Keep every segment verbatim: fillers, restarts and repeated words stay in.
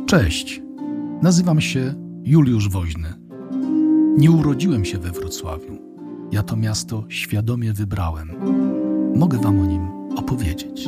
Cześć, nazywam się Juliusz Woźny. Nie urodziłem się we Wrocławiu. Ja to miasto świadomie wybrałem. Mogę wam o nim opowiedzieć.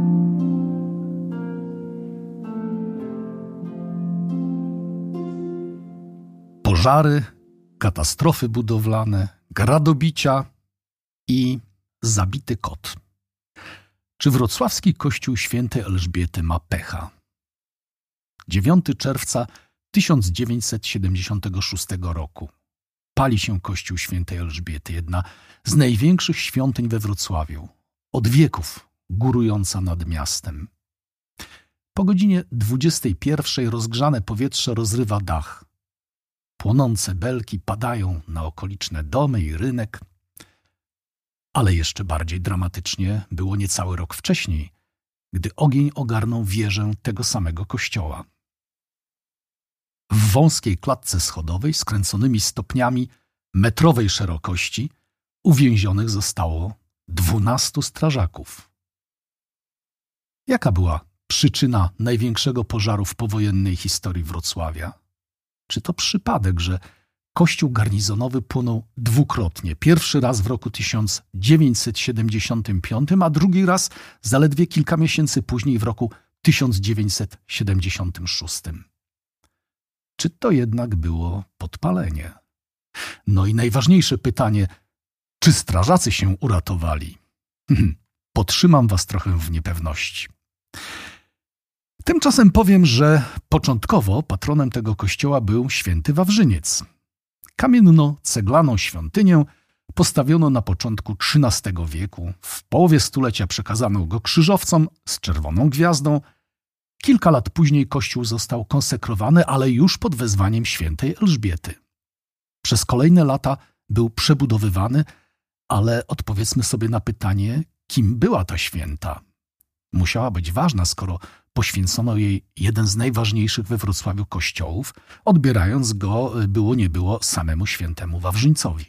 Pożary, katastrofy budowlane, gradobicia i zabity kot. Czy wrocławski kościół świętej Elżbiety ma pecha? dziewiątego czerwca tysiąc dziewięćset siedemdziesiątego szóstego roku. Pali się kościół świętej Elżbiety, jedna z największych świątyń we Wrocławiu, od wieków górująca nad miastem. Po godzinie dwudziestej pierwszej rozgrzane powietrze rozrywa dach. Płonące belki padają na okoliczne domy i rynek. Ale jeszcze bardziej dramatycznie było niecały rok wcześniej, gdy ogień ogarnął wieżę tego samego kościoła. W wąskiej klatce schodowej z kręconymi stopniami metrowej szerokości uwięzionych zostało dwunastu strażaków. Jaka była przyczyna największego pożaru w powojennej historii Wrocławia? Czy to przypadek, że kościół garnizonowy płonął dwukrotnie? Pierwszy raz w roku tysiąc dziewięćset siedemdziesiątym piątym, a drugi raz zaledwie kilka miesięcy później w roku tysiąc dziewięćset siedemdziesiątym szóstym. Czy to jednak było podpalenie? No i najważniejsze pytanie, czy strażacy się uratowali? Potrzymam was trochę w niepewności. Tymczasem powiem, że początkowo patronem tego kościoła był święty Wawrzyniec. Kamienno-ceglaną świątynię postawiono na początku trzynastego wieku. W połowie stulecia przekazano go krzyżowcom z czerwoną gwiazdą. Kilka lat później kościół został konsekrowany, ale już pod wezwaniem świętej Elżbiety. Przez kolejne lata był przebudowywany, ale odpowiedzmy sobie na pytanie, kim była ta święta? Musiała być ważna, skoro poświęcono jej jeden z najważniejszych we Wrocławiu kościołów, odbierając go, było nie było, samemu świętemu Wawrzyńcowi.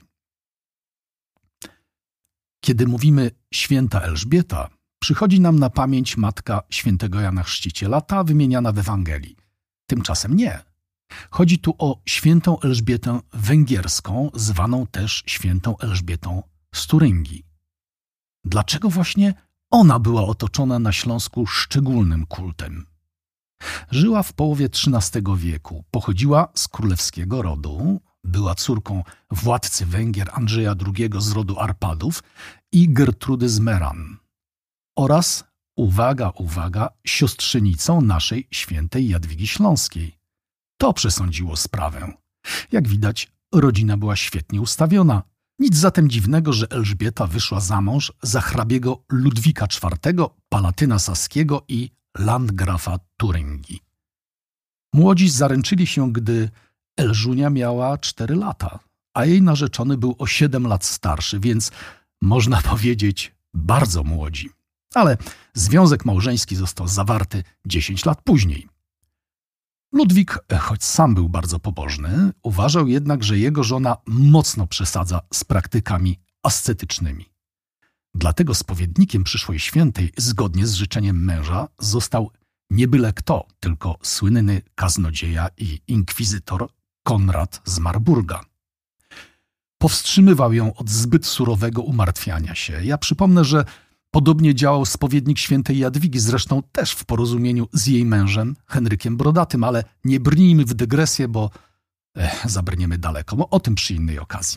Kiedy mówimy święta Elżbieta, przychodzi nam na pamięć matka świętego Jana Chrzciciela, ta wymieniana w Ewangelii. Tymczasem nie. Chodzi tu o świętą Elżbietę Węgierską, zwaną też świętą Elżbietą z Turyngii. Dlaczego właśnie ona była otoczona na Śląsku szczególnym kultem? Żyła w połowie trzynastego wieku, pochodziła z królewskiego rodu, była córką władcy Węgier Andrzeja drugiego z rodu Arpadów i Gertrudy z Meran oraz, uwaga, uwaga, siostrzenicą naszej świętej Jadwigi Śląskiej. To przesądziło sprawę. Jak widać, rodzina była świetnie ustawiona. Nic zatem dziwnego, że Elżbieta wyszła za mąż za hrabiego Ludwika czwartego, palatyna saskiego i landgrafa Turyngii. Młodzi zaręczyli się, gdy Elżunia miała cztery lata, a jej narzeczony był o siedem lat starszy, więc można powiedzieć bardzo młodzi. Ale związek małżeński został zawarty dziesięć lat później. Ludwik, choć sam był bardzo pobożny, uważał jednak, że jego żona mocno przesadza z praktykami ascetycznymi. Dlatego spowiednikiem przyszłej świętej, zgodnie z życzeniem męża, został nie byle kto, tylko słynny kaznodzieja i inkwizytor Konrad z Marburga. Powstrzymywał ją od zbyt surowego umartwiania się. Ja przypomnę, że podobnie działał spowiednik świętej Jadwigi, zresztą też w porozumieniu z jej mężem, Henrykiem Brodatym, ale nie brnijmy w dygresję, bo eh, zabrniemy daleko. O tym przy innej okazji.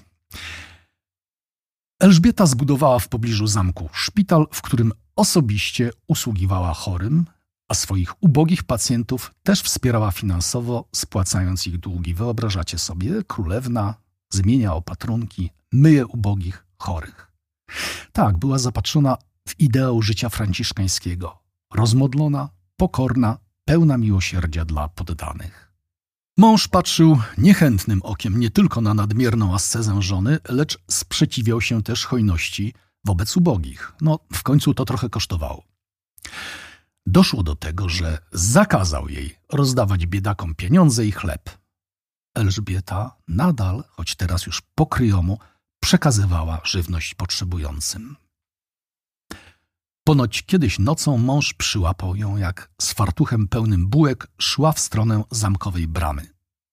Elżbieta zbudowała w pobliżu zamku szpital, w którym osobiście usługiwała chorym, a swoich ubogich pacjentów też wspierała finansowo, spłacając ich długi. Wyobrażacie sobie, królewna zmienia opatrunki, myje ubogich chorych. Tak, była zapatrzona w ideał życia franciszkańskiego. Rozmodlona, pokorna, pełna miłosierdzia dla poddanych. Mąż patrzył niechętnym okiem nie tylko na nadmierną ascezę żony, lecz sprzeciwiał się też hojności wobec ubogich. No, w końcu to trochę kosztowało. Doszło do tego, że zakazał jej rozdawać biedakom pieniądze i chleb. Elżbieta nadal, choć teraz już po kryjomu, przekazywała żywność potrzebującym. Ponoć kiedyś nocą mąż przyłapał ją, jak z fartuchem pełnym bułek szła w stronę zamkowej bramy.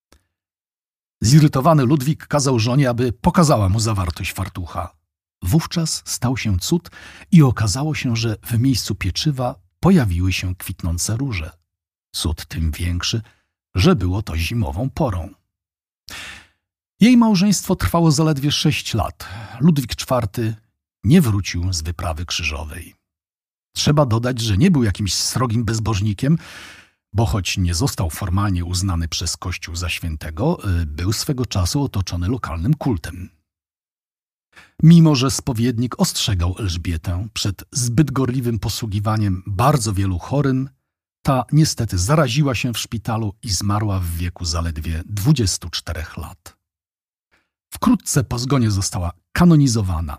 Zirytowany Ludwik kazał żonie, aby pokazała mu zawartość fartucha. Wówczas stał się cud i okazało się, że w miejscu pieczywa pojawiły się kwitnące róże. Cud tym większy, że było to zimową porą. Jej małżeństwo trwało zaledwie sześć lat. Ludwik czwarty nie wrócił z wyprawy krzyżowej. Trzeba dodać, że nie był jakimś srogim bezbożnikiem, bo choć nie został formalnie uznany przez Kościół za świętego, był swego czasu otoczony lokalnym kultem. Mimo że spowiednik ostrzegał Elżbietę przed zbyt gorliwym posługiwaniem bardzo wielu chorym, ta niestety zaraziła się w szpitalu i zmarła w wieku zaledwie dwudziestu czterech lat. Wkrótce po zgonie została kanonizowana.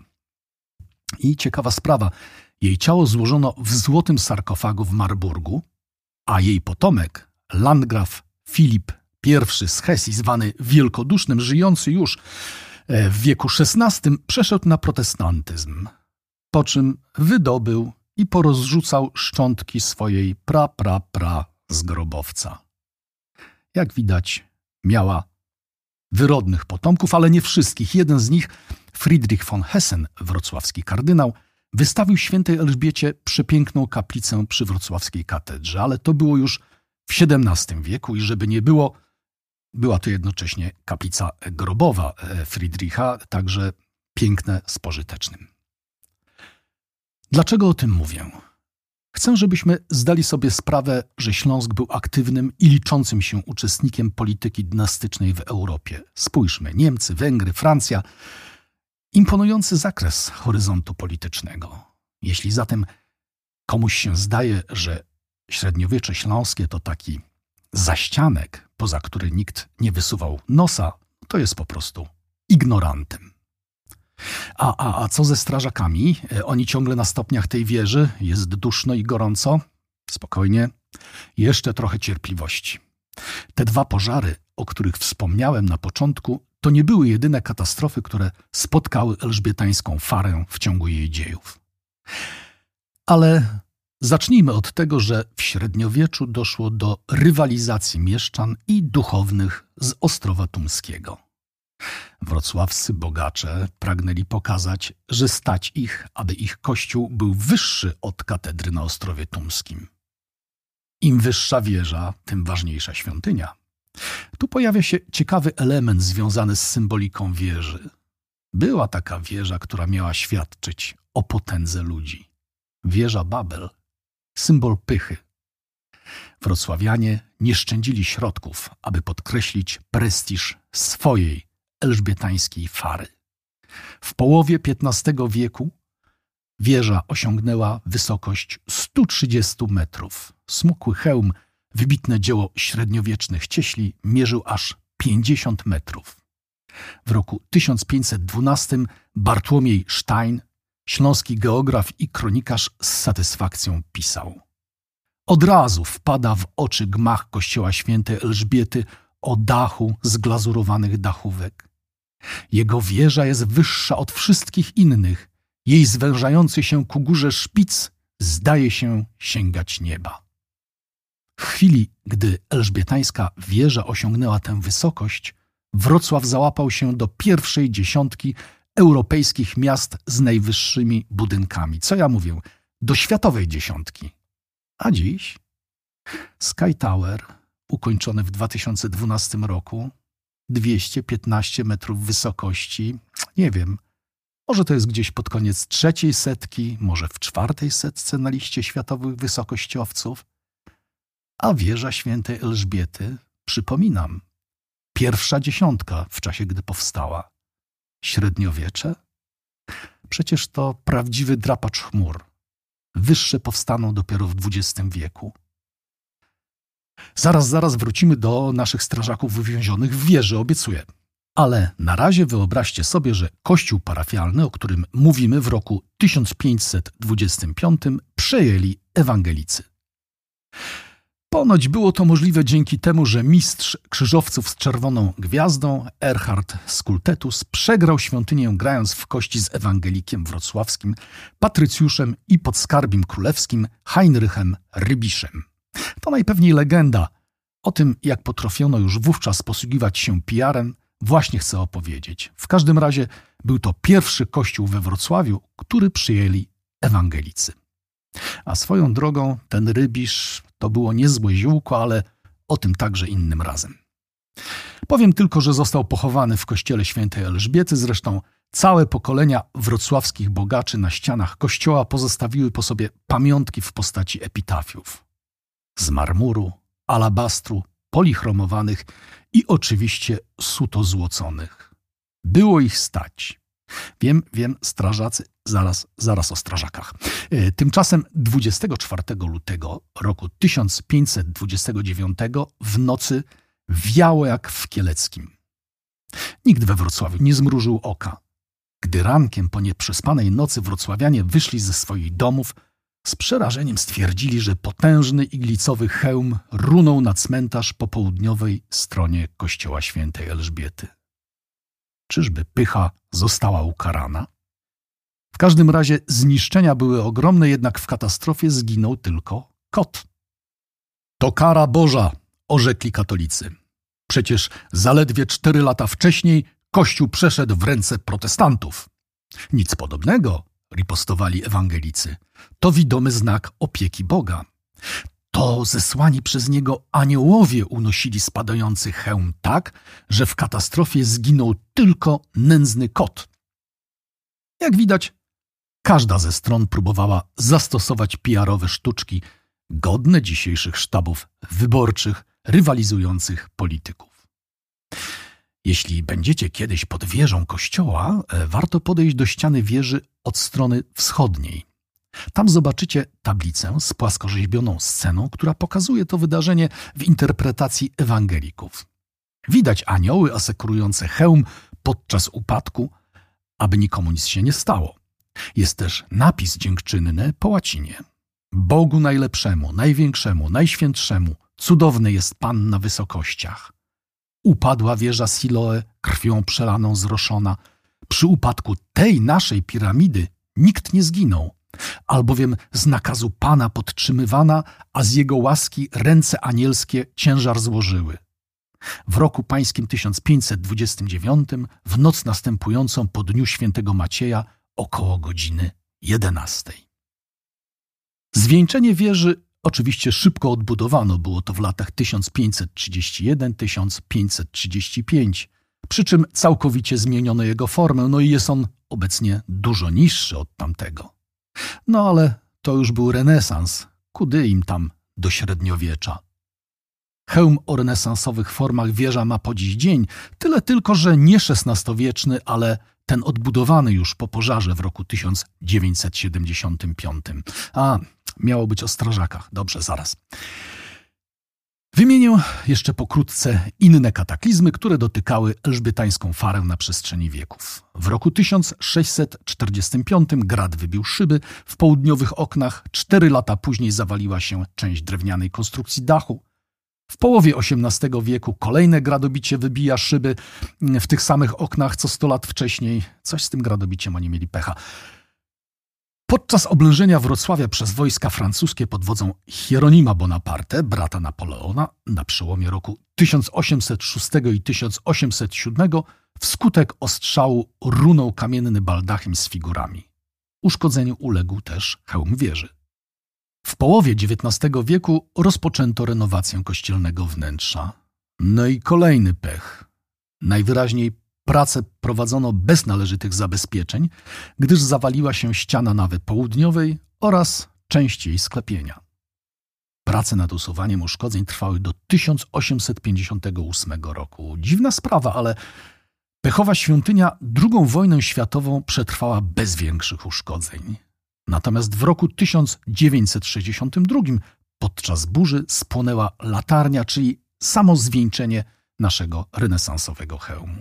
I ciekawa sprawa, jej ciało złożono w złotym sarkofagu w Marburgu, a jej potomek, landgraf Filip I z Hesji, zwany Wielkodusznym, żyjący już w wieku szesnastym, przeszedł na protestantyzm, po czym wydobył i porozrzucał szczątki swojej pra-pra-pra z grobowca. Jak widać, miała wyrodnych potomków, ale nie wszystkich. Jeden z nich, Friedrich von Hessen, wrocławski kardynał, wystawił świętej Elżbiecie przepiękną kaplicę przy wrocławskiej katedrze, ale to było już w siedemnastym wieku i żeby nie było, była to jednocześnie kaplica grobowa Friedricha, także piękne z pożytecznym. Dlaczego o tym mówię? Chcę, żebyśmy zdali sobie sprawę, że Śląsk był aktywnym i liczącym się uczestnikiem polityki dynastycznej w Europie. Spójrzmy, Niemcy, Węgry, Francja. Imponujący zakres horyzontu politycznego. Jeśli zatem komuś się zdaje, że średniowiecze śląskie to taki zaścianek, poza który nikt nie wysuwał nosa, to jest po prostu ignorantem. A, a, a co ze strażakami? Oni ciągle na stopniach tej wieży. Jest duszno i gorąco. Spokojnie. Jeszcze trochę cierpliwości. Te dwa pożary, o których wspomniałem na początku, to nie były jedyne katastrofy, które spotkały elżbietańską farę w ciągu jej dziejów. Ale zacznijmy od tego, że w średniowieczu doszło do rywalizacji mieszczan i duchownych z Ostrowa Tumskiego. Wrocławscy bogacze pragnęli pokazać, że stać ich, aby ich kościół był wyższy od katedry na Ostrowie Tumskim. Im wyższa wieża, tym ważniejsza świątynia. Tu pojawia się ciekawy element związany z symboliką wieży. Była taka wieża, która miała świadczyć o potędze ludzi. Wieża Babel, symbol pychy. Wrocławianie nie szczędzili środków, aby podkreślić prestiż swojej elżbietańskiej fary. W połowie piętnastego wieku wieża osiągnęła wysokość stu trzydziestu metrów. Smukły hełm, wybitne dzieło średniowiecznych cieśli, mierzył aż pięćdziesiąt metrów. W roku tysiąc pięćset dwunastym Bartłomiej Stein, śląski geograf i kronikarz, z satysfakcją pisał: od razu wpada w oczy gmach kościoła świętej Elżbiety o dachu z glazurowanych dachówek. Jego wieża jest wyższa od wszystkich innych. Jej zwężający się ku górze szpic zdaje się sięgać nieba. W chwili, gdy elżbietańska wieża osiągnęła tę wysokość, Wrocław załapał się do pierwszej dziesiątki europejskich miast z najwyższymi budynkami. Co ja mówię? Do światowej dziesiątki. A dziś Sky Tower, ukończony w dwa tysiące dwunastym roku, dwieście piętnaście metrów wysokości, nie wiem, może to jest gdzieś pod koniec trzeciej setki, może w czwartej setce na liście światowych wysokościowców. A wieża świętej Elżbiety, przypominam, pierwsza dziesiątka w czasie, gdy powstała. Średniowiecze? Przecież to prawdziwy drapacz chmur. Wyższe powstaną dopiero w dwudziestym wieku. Zaraz, zaraz wrócimy do naszych strażaków wywięzionych w wieży, obiecuję. Ale na razie wyobraźcie sobie, że kościół parafialny, o którym mówimy, w roku tysiąc pięćset dwudziestym piątym przejęli ewangelicy. Ponoć było to możliwe dzięki temu, że mistrz krzyżowców z czerwoną gwiazdą, Erhard Skultetus, przegrał świątynię grając w kości z ewangelikiem wrocławskim, patrycjuszem i podskarbim królewskim Heinrychem Rybiszem. To najpewniej legenda. O tym, jak potrafiono już wówczas posługiwać się P R-em, właśnie chcę opowiedzieć. W każdym razie był to pierwszy kościół we Wrocławiu, który przyjęli ewangelicy. A swoją drogą ten Rybisz to było niezłe ziółko, ale o tym także innym razem. Powiem tylko, że został pochowany w kościele świętej Elżbiety, zresztą całe pokolenia wrocławskich bogaczy na ścianach kościoła pozostawiły po sobie pamiątki w postaci epitafiów. Z marmuru, alabastru, polichromowanych i oczywiście suto złoconych. Było ich stać. Wiem, wiem, strażacy, zaraz, zaraz o strażakach. Tymczasem dwudziestego czwartego lutego roku tysiąc pięćset dwudziestego dziewiątego w nocy wiało jak w Kieleckim. Nikt we Wrocławiu nie zmrużył oka. Gdy rankiem po nieprzespanej nocy wrocławianie wyszli ze swoich domów, z przerażeniem stwierdzili, że potężny iglicowy hełm runął na cmentarz po południowej stronie kościoła świętej Elżbiety. Czyżby pycha została ukarana? W każdym razie zniszczenia były ogromne, jednak w katastrofie zginął tylko kot. To kara Boża, orzekli katolicy. Przecież zaledwie cztery lata wcześniej Kościół przeszedł w ręce protestantów. Nic podobnego, ripostowali ewangelicy. To widomy znak opieki Boga. To zesłani przez niego aniołowie unosili spadający hełm tak, że w katastrofie zginął tylko nędzny kot. Jak widać, każda ze stron próbowała zastosować P R-owe sztuczki godne dzisiejszych sztabów wyborczych, rywalizujących polityków. Jeśli będziecie kiedyś pod wieżą kościoła, warto podejść do ściany wieży od strony wschodniej. Tam zobaczycie tablicę z płaskorzeźbioną sceną, która pokazuje to wydarzenie w interpretacji ewangelików. Widać anioły asekurujące hełm podczas upadku, aby nikomu nic się nie stało. Jest też napis dziękczynny po łacinie. Bogu najlepszemu, największemu, najświętszemu, cudowny jest Pan na wysokościach. Upadła wieża Siloe, krwią przelaną zroszona. Przy upadku tej naszej piramidy nikt nie zginął, albowiem z nakazu Pana podtrzymywana, a z Jego łaski ręce anielskie ciężar złożyły. W roku pańskim tysiąc pięćset dwudziestym dziewiątym, w noc następującą po dniu świętego Macieja, około godziny jedenastej. Zwieńczenie wieży oczywiście szybko odbudowano, było to w latach tysiąc pięćset trzydziesty pierwszy do tysiąc pięćset trzydziestego piątego, przy czym całkowicie zmieniono jego formę, no i jest on obecnie dużo niższy od tamtego. No ale to już był renesans, kudy im tam do średniowiecza. Hełm o renesansowych formach wieża ma po dziś dzień, tyle tylko, że nie szesnastowieczny, ale ten odbudowany już po pożarze w roku tysiąc dziewięćset siedemdziesiątym piątym. A, miało być o strażakach. Dobrze, zaraz. Wymienię jeszcze pokrótce inne kataklizmy, które dotykały elżbietańską farę na przestrzeni wieków. W roku tysiąc sześćset czterdziestym piątym grad wybił szyby w południowych oknach. Cztery lata później zawaliła się część drewnianej konstrukcji dachu. W połowie osiemnastego wieku kolejne gradobicie wybija szyby w tych samych oknach co sto lat wcześniej. Coś z tym gradobiciem oni mieli pecha. Podczas oblężenia Wrocławia przez wojska francuskie pod wodzą Hieronima Bonaparte, brata Napoleona, na przełomie roku tysiąc osiemset szóstego i tysiąc osiemset siódmego wskutek ostrzału runął kamienny baldachim z figurami. Uszkodzeniu uległ też hełm wieży. W połowie dziewiętnastego wieku rozpoczęto renowację kościelnego wnętrza. No i kolejny pech. Najwyraźniej pracę prowadzono bez należytych zabezpieczeń, gdyż zawaliła się ściana nawy południowej oraz część jej sklepienia. Prace nad usuwaniem uszkodzeń trwały do tysiąc osiemset pięćdziesiątego ósmego roku. Dziwna sprawa, ale pechowa świątynia drugą wojnę światową przetrwała bez większych uszkodzeń. Natomiast w roku tysiąc dziewięćset sześćdziesiątym drugim podczas burzy spłonęła latarnia, czyli samo zwieńczenie naszego renesansowego hełmu.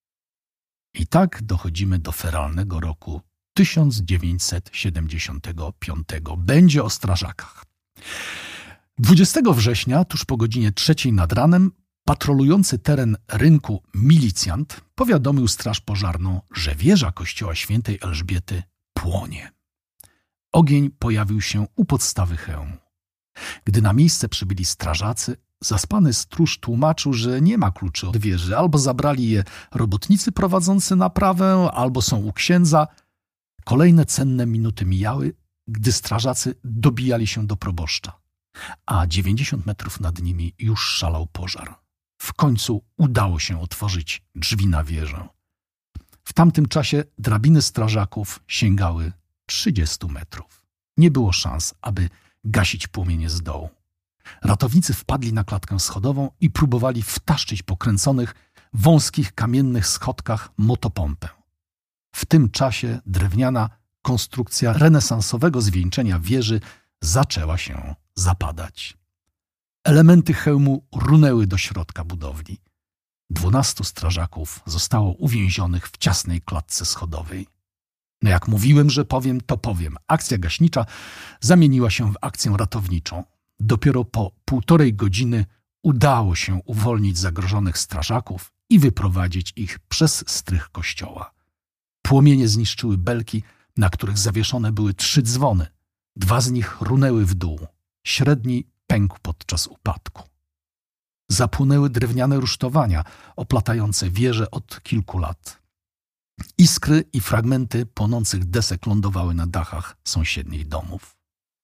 I tak dochodzimy do feralnego roku tysiąc dziewięćset siedemdziesiątego piątego. Będzie o strażakach. dwudziestego września, tuż po godzinie trzeciej nad ranem, patrolujący teren rynku milicjant powiadomił straż pożarną, że wieża kościoła świętej Elżbiety płonie. Ogień pojawił się u podstawy hełmu. Gdy na miejsce przybyli strażacy, zaspany stróż tłumaczył, że nie ma kluczy od wieży, albo zabrali je robotnicy prowadzący naprawę, albo są u księdza. Kolejne cenne minuty mijały, gdy strażacy dobijali się do proboszcza, a dziewięćdziesiąt metrów nad nimi już szalał pożar. W końcu udało się otworzyć drzwi na wieżę. W tamtym czasie drabiny strażaków sięgały trzydziestu metrów. Nie było szans, aby gasić płomienie z dołu. Ratownicy wpadli na klatkę schodową i próbowali wtaszczyć po kręconych, wąskich, kamiennych schodkach motopompę. W tym czasie drewniana konstrukcja renesansowego zwieńczenia wieży zaczęła się zapadać. Elementy hełmu runęły do środka budowli. Dwunastu strażaków zostało uwięzionych w ciasnej klatce schodowej. No jak mówiłem, że powiem, to powiem. Akcja gaśnicza zamieniła się w akcję ratowniczą. Dopiero po półtorej godziny udało się uwolnić zagrożonych strażaków i wyprowadzić ich przez strych kościoła. Płomienie zniszczyły belki, na których zawieszone były trzy dzwony. Dwa z nich runęły w dół. Średni pękł podczas upadku. Zapłonęły drewniane rusztowania oplatające wieżę od kilku lat. Iskry i fragmenty płonących desek lądowały na dachach sąsiednich domów.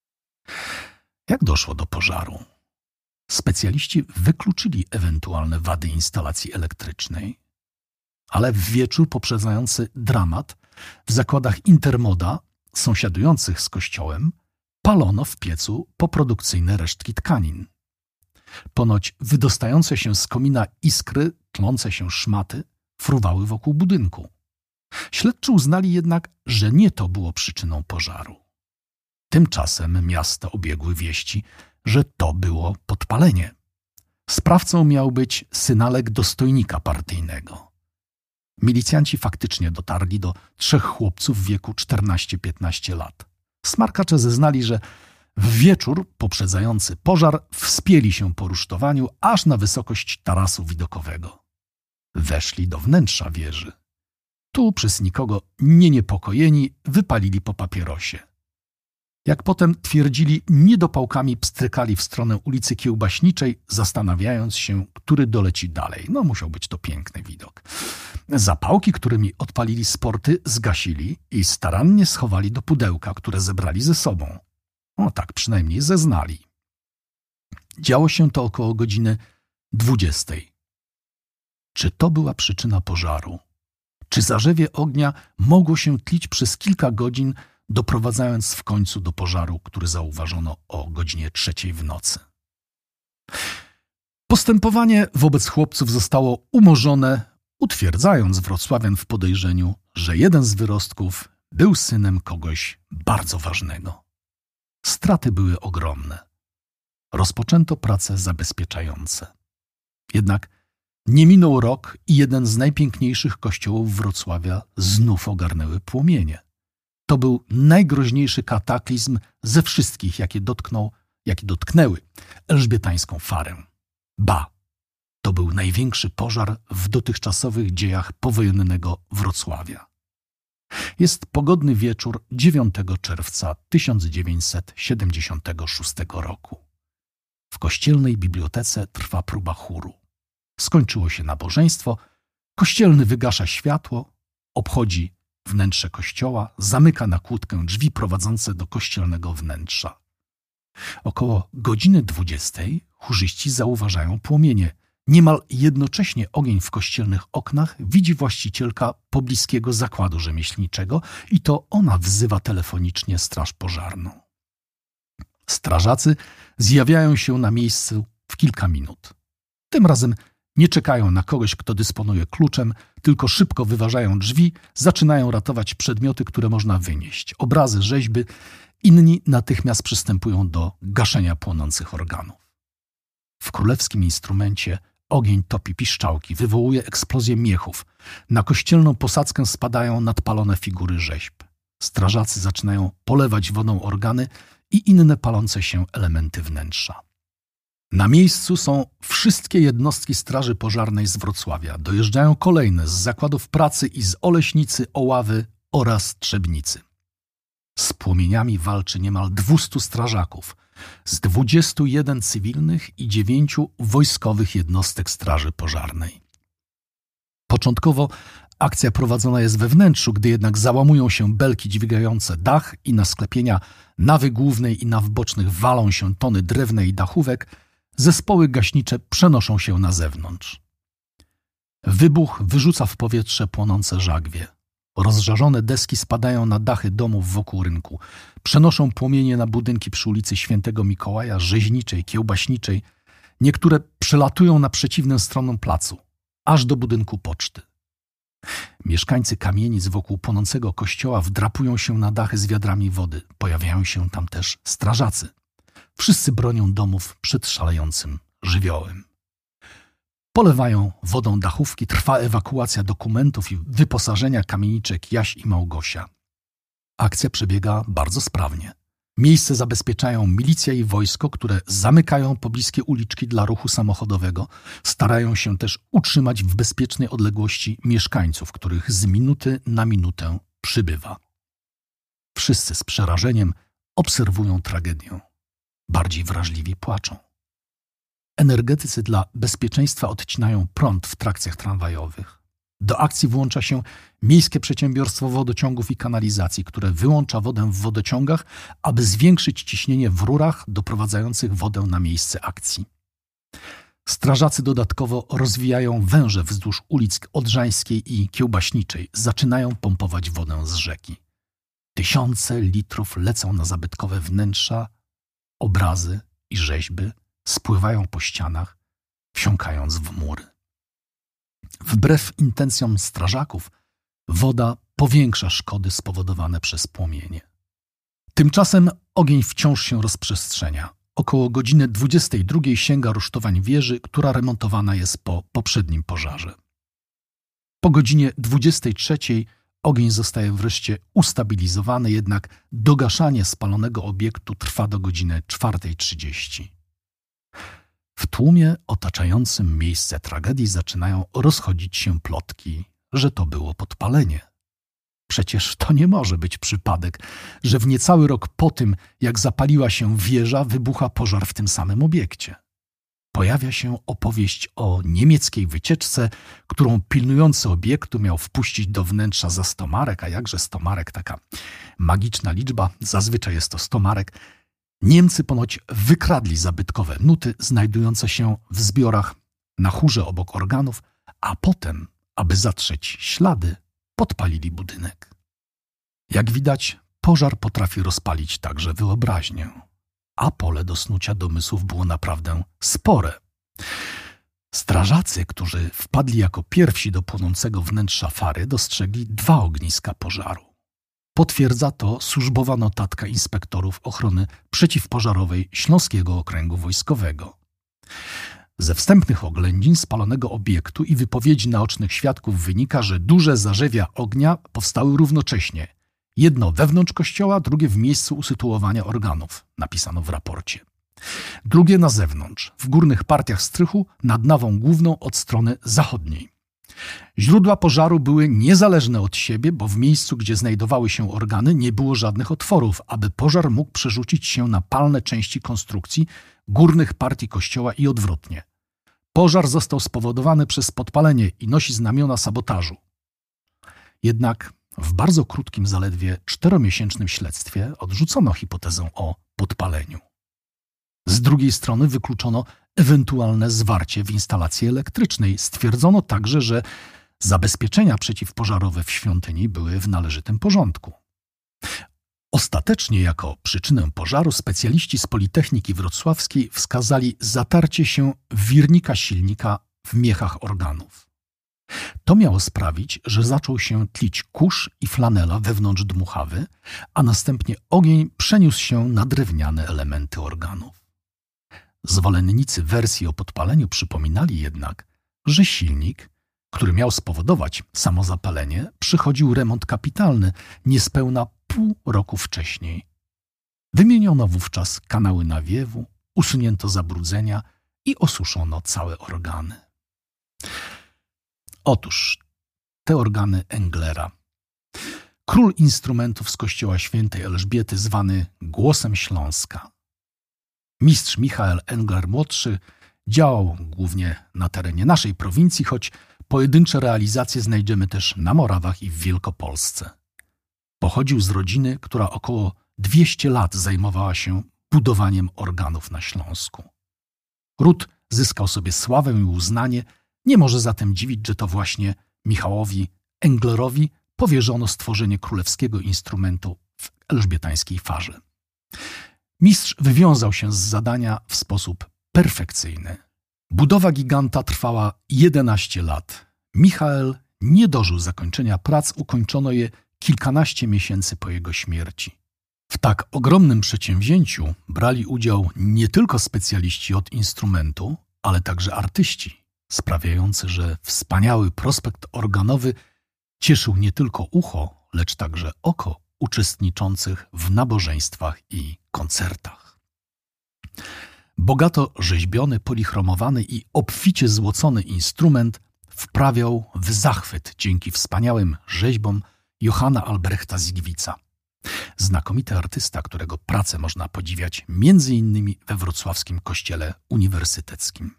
Jak doszło do pożaru? Specjaliści wykluczyli ewentualne wady instalacji elektrycznej, ale w wieczór poprzedzający dramat w zakładach Intermoda, sąsiadujących z kościołem, palono w piecu poprodukcyjne resztki tkanin. Ponoć wydostające się z komina iskry, tlące się szmaty, fruwały wokół budynku. Śledczy uznali jednak, że nie to było przyczyną pożaru. Tymczasem miasto obiegły wieści, że to było podpalenie. Sprawcą miał być synalek dostojnika partyjnego. Milicjanci faktycznie dotarli do trzech chłopców w wieku czternaście-piętnaście lat. Smarkacze zeznali, że w wieczór poprzedzający pożar wspięli się po rusztowaniu aż na wysokość tarasu widokowego. Weszli do wnętrza wieży. Tu przez nikogo nie niepokojeni wypalili po papierosie. Jak potem twierdzili, niedopałkami pstrykali w stronę ulicy Kiełbaśniczej, zastanawiając się, który doleci dalej. No musiał być to piękny widok. Zapałki, którymi odpalili sporty, zgasili i starannie schowali do pudełka, które zebrali ze sobą. No tak przynajmniej zeznali. Działo się to około godziny dwudziestej. Czy to była przyczyna pożaru? Czy zarzewie ognia mogło się tlić przez kilka godzin, doprowadzając w końcu do pożaru, który zauważono o godzinie trzeciej w nocy? Postępowanie wobec chłopców zostało umorzone, utwierdzając wrocławian w podejrzeniu, że jeden z wyrostków był synem kogoś bardzo ważnego. Straty były ogromne. Rozpoczęto prace zabezpieczające. Jednak nie minął rok i jeden z najpiękniejszych kościołów Wrocławia znów ogarnęły płomienie. To był najgroźniejszy kataklizm ze wszystkich, jakie dotknął, jakie dotknęły elżbietańską Farę. Ba, to był największy pożar w dotychczasowych dziejach powojennego Wrocławia. Jest pogodny wieczór dziewiątego czerwca tysiąc dziewięćset siedemdziesiątego szóstego roku. W kościelnej bibliotece trwa próba chóru. Skończyło się nabożeństwo, kościelny wygasza światło, obchodzi wnętrze kościoła, zamyka na kłódkę drzwi prowadzące do kościelnego wnętrza. Około godziny dwudziestej chórzyści zauważają płomienie. Niemal jednocześnie ogień w kościelnych oknach widzi właścicielka pobliskiego zakładu rzemieślniczego i to ona wzywa telefonicznie straż pożarną. Strażacy zjawiają się na miejscu w kilka minut. Tym razem nie czekają na kogoś, kto dysponuje kluczem, tylko szybko wyważają drzwi, zaczynają ratować przedmioty, które można wynieść. Obrazy, rzeźby, inni natychmiast przystępują do gaszenia płonących organów. W królewskim instrumencie ogień topi piszczałki, wywołuje eksplozję miechów. Na kościelną posadzkę spadają nadpalone figury rzeźb. Strażacy zaczynają polewać wodą organy i inne palące się elementy wnętrza. Na miejscu są wszystkie jednostki Straży Pożarnej z Wrocławia. Dojeżdżają kolejne z zakładów pracy i z Oleśnicy, Oławy oraz Trzebnicy. Z płomieniami walczy niemal dwustu strażaków z dwudziestu jeden cywilnych i dziewięciu wojskowych jednostek Straży Pożarnej. Początkowo akcja prowadzona jest we wnętrzu, gdy jednak załamują się belki dźwigające dach i na sklepienia nawy głównej i naw bocznych walą się tony drewna i dachówek, zespoły gaśnicze przenoszą się na zewnątrz. Wybuch wyrzuca w powietrze płonące żagwie. Rozżarzone deski spadają na dachy domów wokół rynku. Przenoszą płomienie na budynki przy ulicy Świętego Mikołaja, Rzeźniczej, Kiełbaśniczej. Niektóre przelatują na przeciwną stronę placu, aż do budynku poczty. Mieszkańcy kamienic wokół płonącego kościoła wdrapują się na dachy z wiadrami wody. Pojawiają się tam też strażacy. Wszyscy bronią domów przed szalejącym żywiołem. Polewają wodą dachówki, trwa ewakuacja dokumentów i wyposażenia kamieniczek Jaś i Małgosia. Akcja przebiega bardzo sprawnie. Miejsce zabezpieczają milicja i wojsko, które zamykają pobliskie uliczki dla ruchu samochodowego. Starają się też utrzymać w bezpiecznej odległości mieszkańców, których z minuty na minutę przybywa. Wszyscy z przerażeniem obserwują tragedię. Bardziej wrażliwi płaczą. Energetycy dla bezpieczeństwa odcinają prąd w trakcjach tramwajowych. Do akcji włącza się Miejskie Przedsiębiorstwo Wodociągów i Kanalizacji, które wyłącza wodę w wodociągach, aby zwiększyć ciśnienie w rurach doprowadzających wodę na miejsce akcji. Strażacy dodatkowo rozwijają węże wzdłuż ulic Odrzańskiej i Kiełbaśniczej. Zaczynają pompować wodę z rzeki. Tysiące litrów lecą na zabytkowe wnętrza, obrazy i rzeźby spływają po ścianach, wsiąkając w mury. Wbrew intencjom strażaków, woda powiększa szkody spowodowane przez płomienie. Tymczasem ogień wciąż się rozprzestrzenia. Około godziny dwudziestej drugiej sięga rusztowań wieży, która remontowana jest po poprzednim pożarze. Po godzinie dwudziestej trzeciej ogień zostaje wreszcie ustabilizowany, jednak dogaszanie spalonego obiektu trwa do godziny czwartej trzydzieści. W tłumie otaczającym miejsce tragedii zaczynają rozchodzić się plotki, że to było podpalenie. Przecież to nie może być przypadek, że w niecały rok po tym, jak zapaliła się wieża, wybucha pożar w tym samym obiekcie. Pojawia się opowieść o niemieckiej wycieczce, którą pilnujący obiektu miał wpuścić do wnętrza za sto marek, a jakże sto marek, taka magiczna liczba, zazwyczaj jest to sto marek. Niemcy ponoć wykradli zabytkowe nuty znajdujące się w zbiorach na chórze obok organów, a potem, aby zatrzeć ślady, podpalili budynek. Jak widać, pożar potrafi rozpalić także wyobraźnię, a pole do snucia domysłów było naprawdę spore. Strażacy, którzy wpadli jako pierwsi do płonącego wnętrza fary, dostrzegli dwa ogniska pożaru. Potwierdza to służbowa notatka inspektorów ochrony przeciwpożarowej Śląskiego Okręgu Wojskowego. Ze wstępnych oględzin spalonego obiektu i wypowiedzi naocznych świadków wynika, że duże zarzewia ognia powstały równocześnie. Jedno wewnątrz kościoła, drugie w miejscu usytuowania organów, napisano w raporcie. Drugie na zewnątrz, w górnych partiach strychu nad nawą główną od strony zachodniej. Źródła pożaru były niezależne od siebie, bo w miejscu, gdzie znajdowały się organy, nie było żadnych otworów, aby pożar mógł przerzucić się na palne części konstrukcji górnych partii kościoła i odwrotnie. Pożar został spowodowany przez podpalenie i nosi znamiona sabotażu. Jednak w bardzo krótkim, zaledwie czteromiesięcznym śledztwie odrzucono hipotezę o podpaleniu. Z drugiej strony wykluczono ewentualne zwarcie w instalacji elektrycznej. Stwierdzono także, że zabezpieczenia przeciwpożarowe w świątyni były w należytym porządku. Ostatecznie jako przyczynę pożaru specjaliści z Politechniki Wrocławskiej wskazali zatarcie się wirnika silnika w miechach organów. To miało sprawić, że zaczął się tlić kurz i flanela wewnątrz dmuchawy, a następnie ogień przeniósł się na drewniane elementy organów. Zwolennicy wersji o podpaleniu przypominali jednak, że silnik, który miał spowodować samozapalenie, przychodził remont kapitalny niespełna pół roku wcześniej. Wymieniono wówczas kanały nawiewu, usunięto zabrudzenia i osuszono całe organy. Otóż te organy Englera. Król instrumentów z kościoła świętej Elżbiety, zwany Głosem Śląska. Mistrz Michael Engler-młodszy działał głównie na terenie naszej prowincji, choć pojedyncze realizacje znajdziemy też na Morawach i w Wielkopolsce. Pochodził z rodziny, która około dwieście lat zajmowała się budowaniem organów na Śląsku. Ród zyskał sobie sławę i uznanie, nie może zatem dziwić, że to właśnie Michałowi Englerowi powierzono stworzenie królewskiego instrumentu w elżbietańskiej farze. Mistrz wywiązał się z zadania w sposób perfekcyjny. Budowa giganta trwała jedenaście lat. Michael nie dożył zakończenia prac, ukończono je kilkanaście miesięcy po jego śmierci. W tak ogromnym przedsięwzięciu brali udział nie tylko specjaliści od instrumentu, ale także artyści, sprawiający, że wspaniały prospekt organowy cieszył nie tylko ucho, lecz także oko uczestniczących w nabożeństwach i koncertach. Bogato rzeźbiony, polichromowany i obficie złocony instrument wprawiał w zachwyt dzięki wspaniałym rzeźbom Johanna Albrechta Zygwica. Znakomity artysta, którego pracę można podziwiać między innymi we wrocławskim kościele uniwersyteckim.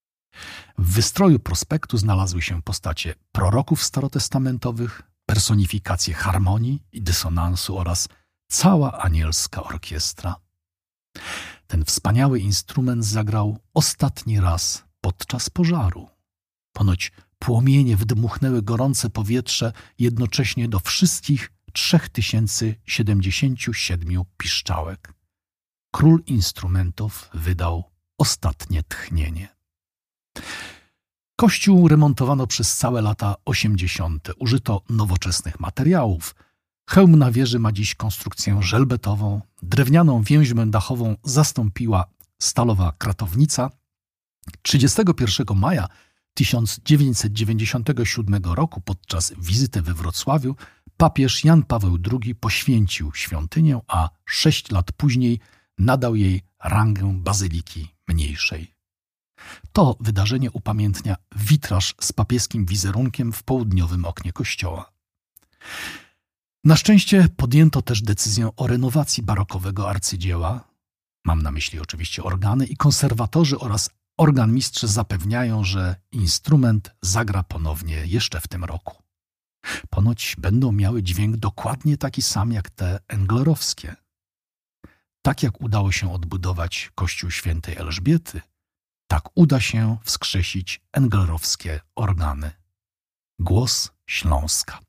W wystroju prospektu znalazły się postacie proroków starotestamentowych, personifikacje harmonii i dysonansu oraz cała anielska orkiestra. Ten wspaniały instrument zagrał ostatni raz podczas pożaru. Ponoć płomienie wdmuchnęły gorące powietrze jednocześnie do wszystkich trzech tysięcy siedemdziesięciu siedmiu piszczałek. Król instrumentów wydał ostatnie tchnienie. Kościół remontowano przez całe lata osiemdziesiąte. Użyto nowoczesnych materiałów. Hełm na wieży ma dziś konstrukcję żelbetową. Drewnianą więźbę dachową zastąpiła stalowa kratownica. trzydziestego pierwszego maja tysiąc dziewięćset dziewięćdziesiątego siódmego roku podczas wizyty we Wrocławiu papież Jan Paweł drugi poświęcił świątynię, a sześć lat później nadał jej rangę bazyliki mniejszej. To wydarzenie upamiętnia witraż z papieskim wizerunkiem w południowym oknie kościoła. Na szczęście podjęto też decyzję o renowacji barokowego arcydzieła. Mam na myśli oczywiście organy i konserwatorzy oraz organmistrze zapewniają, że instrument zagra ponownie jeszcze w tym roku. Ponoć będą miały dźwięk dokładnie taki sam jak te englerowskie. Tak jak udało się odbudować kościół świętej Elżbiety, tak uda się wskrzesić englerowskie organy. Głos Śląska.